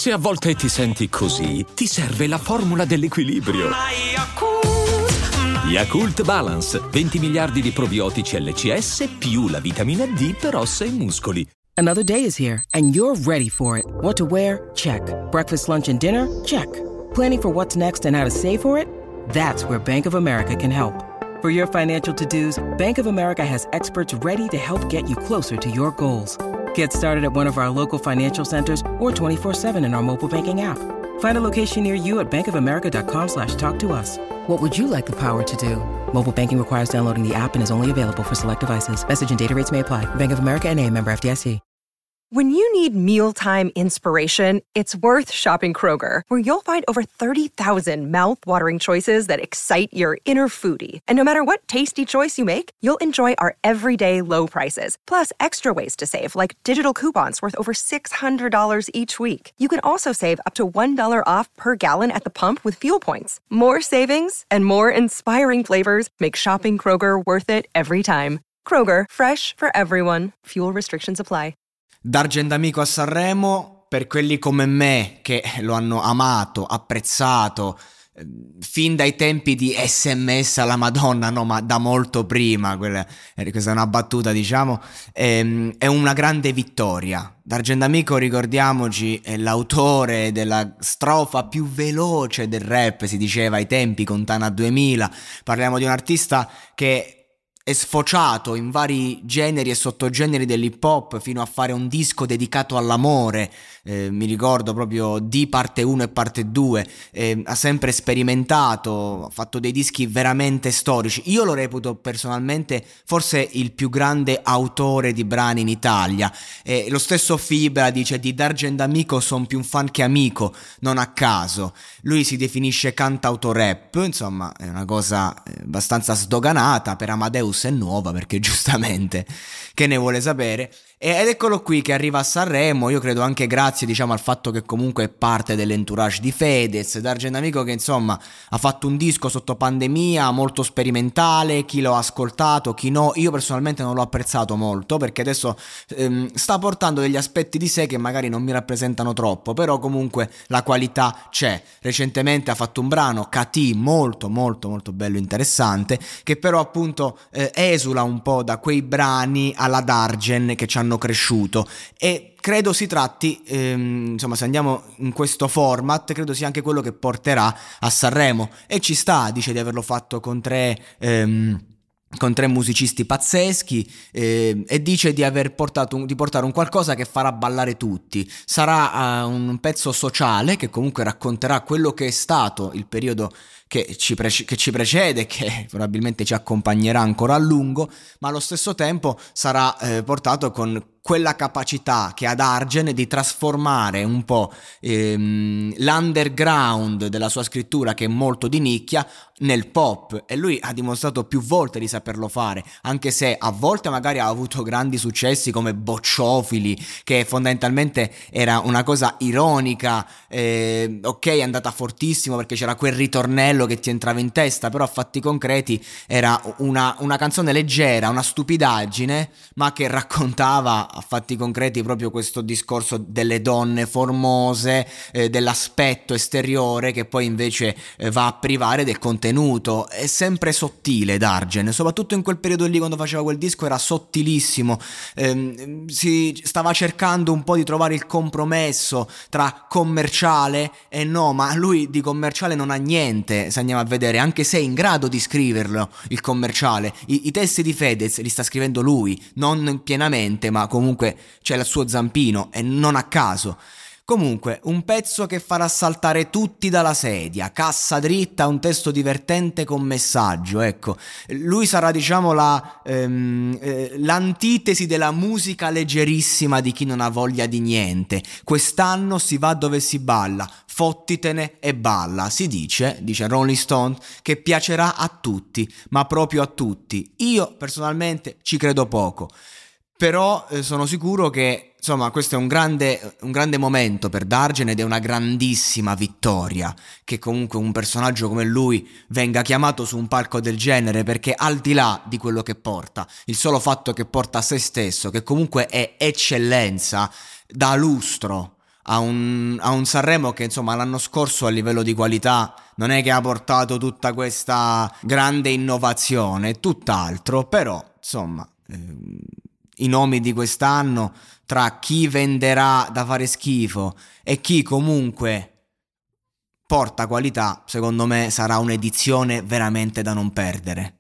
Se a volte ti senti così, ti serve la formula dell'equilibrio. Yakult Balance, 20 miliardi di probiotici LCS più la vitamina D per ossa e muscoli. Another day is here, and you're ready for it. What to wear? Check. Breakfast, lunch, and dinner? Check. Planning for what's next and how to save for it? That's where Bank of America can help. For your financial to-dos, Bank of America has experts ready to help get you closer to your goals. Get started at one of our local financial centers or 24/7 in our mobile banking app. Find a location near you at bankofamerica.com/talktous. What would you like the power to do? Mobile banking requires downloading the app and is only available for select devices. Message and data rates may apply. Bank of America N.A., member FDIC. When you need mealtime inspiration, it's worth shopping Kroger, where you'll find over 30,000 mouth-watering choices that excite your inner foodie. And no matter what tasty choice you make, you'll enjoy our everyday low prices, plus extra ways to save, like digital coupons worth over $600 each week. You can also save up to $1 off per gallon at the pump with fuel points. More savings and more inspiring flavors make shopping Kroger worth it every time. Kroger, fresh for everyone. Fuel restrictions apply. D'Argent Amico a Sanremo, per quelli come me che lo hanno amato, apprezzato, fin dai tempi di SMS alla Madonna, no, ma da molto prima, questa è una battuta, diciamo, è una grande vittoria. D'Argent Amico, ricordiamoci, è l'autore della strofa più veloce del rap, si diceva ai tempi, con Tana 2000. Parliamo di un artista che è sfociato in vari generi e sottogeneri dell'hip hop fino a fare un disco dedicato all'amore, mi ricordo proprio di parte 1 e parte 2, ha sempre sperimentato, ha fatto dei dischi veramente storici. Io lo reputo personalmente forse il più grande autore di brani in Italia, lo stesso Fibra dice di D'Argent Amico son più un fan che amico, non a caso. Lui si definisce cantautorap, insomma è una cosa abbastanza sdoganata. Per Amadeus è nuova, perché giustamente che ne vuole sapere, ed eccolo qui che arriva a Sanremo. Io credo anche grazie, diciamo, al fatto che comunque è parte dell'entourage di Fedez. D'Argent Amico che insomma ha fatto un disco sotto pandemia molto sperimentale, chi lo ha ascoltato, chi no. Io personalmente non l'ho apprezzato molto, perché adesso sta portando degli aspetti di sé che magari non mi rappresentano troppo, però comunque la qualità c'è. Recentemente ha fatto un brano, KT, molto molto molto bello, interessante, che però appunto esula un po' da quei brani alla D'Argent che ci hanno cresciuto, e credo si tratti, insomma, se andiamo in questo format, credo sia anche quello che porterà a Sanremo, e ci sta, dice di averlo fatto con tre musicisti pazzeschi, e dice di portare un qualcosa che farà ballare tutti. Sarà un pezzo sociale che comunque racconterà quello che è stato il periodo che ci precede, che probabilmente ci accompagnerà ancora a lungo, ma allo stesso tempo sarà portato con quella capacità che ha D'Argent di trasformare un po' l'underground della sua scrittura, che è molto di nicchia, nel pop, e lui ha dimostrato più volte di saperlo fare, anche se a volte magari ha avuto grandi successi come Bocciofili, che fondamentalmente era una cosa ironica, ok, è andata fortissimo perché c'era quel ritornello che ti entrava in testa, però a fatti concreti era una canzone leggera, una stupidaggine, ma che raccontava a fatti concreti proprio questo discorso delle donne formose, dell'aspetto esteriore che poi invece va a privare del contenuto. È sempre sottile D'Argent, soprattutto in quel periodo lì, quando faceva quel disco era sottilissimo, si stava cercando un po' di trovare il compromesso tra commerciale e no, ma lui di commerciale non ha niente, se andiamo a vedere, anche se è in grado di scriverlo il commerciale. I testi di Fedez li sta scrivendo lui, non pienamente, ma comunque c'è il suo zampino, e non a caso. Comunque, un pezzo che farà saltare tutti dalla sedia, cassa dritta, un testo divertente con messaggio, ecco. Lui sarà, diciamo, l'antitesi della musica leggerissima di chi non ha voglia di niente. Quest'anno si va dove si balla, fottitene e balla. Si dice Rolling Stone, che piacerà a tutti, ma proprio a tutti. Io personalmente ci credo poco, però sono sicuro che insomma questo è un grande momento per D'Argent, ed è una grandissima vittoria che comunque un personaggio come lui venga chiamato su un palco del genere, perché al di là di quello che porta, il solo fatto che porta a se stesso, che comunque è eccellenza, dà lustro a un Sanremo che insomma l'anno scorso a livello di qualità non è che ha portato tutta questa grande innovazione, tutt'altro, però insomma i nomi di quest'anno, tra chi venderà da fare schifo e chi comunque porta qualità, secondo me sarà un'edizione veramente da non perdere.